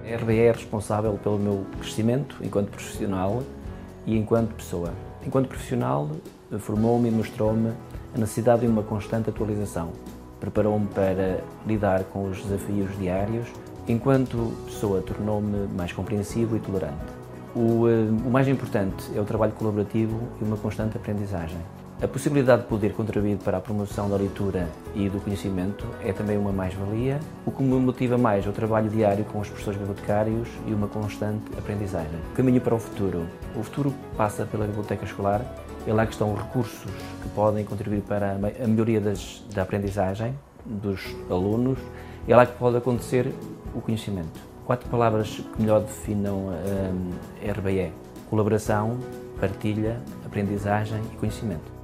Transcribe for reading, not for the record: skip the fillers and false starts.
A RBE é responsável pelo meu crescimento enquanto profissional e enquanto pessoa. Enquanto profissional, formou-me e mostrou-me a necessidade de uma constante atualização. Preparou-me para lidar com os desafios diários. Enquanto pessoa, tornou-me mais compreensivo e tolerante. O mais importante é o trabalho colaborativo e uma constante aprendizagem. A possibilidade de poder contribuir para a promoção da leitura e do conhecimento é também uma mais-valia. O que me motiva mais é o trabalho diário com os professores bibliotecários e uma constante aprendizagem. Caminho para o futuro. O futuro passa pela biblioteca escolar. É lá que estão os recursos que podem contribuir para a melhoria da aprendizagem dos alunos. É lá que pode acontecer o conhecimento. 4 palavras que melhor definam a RBE: colaboração, partilha, aprendizagem e conhecimento.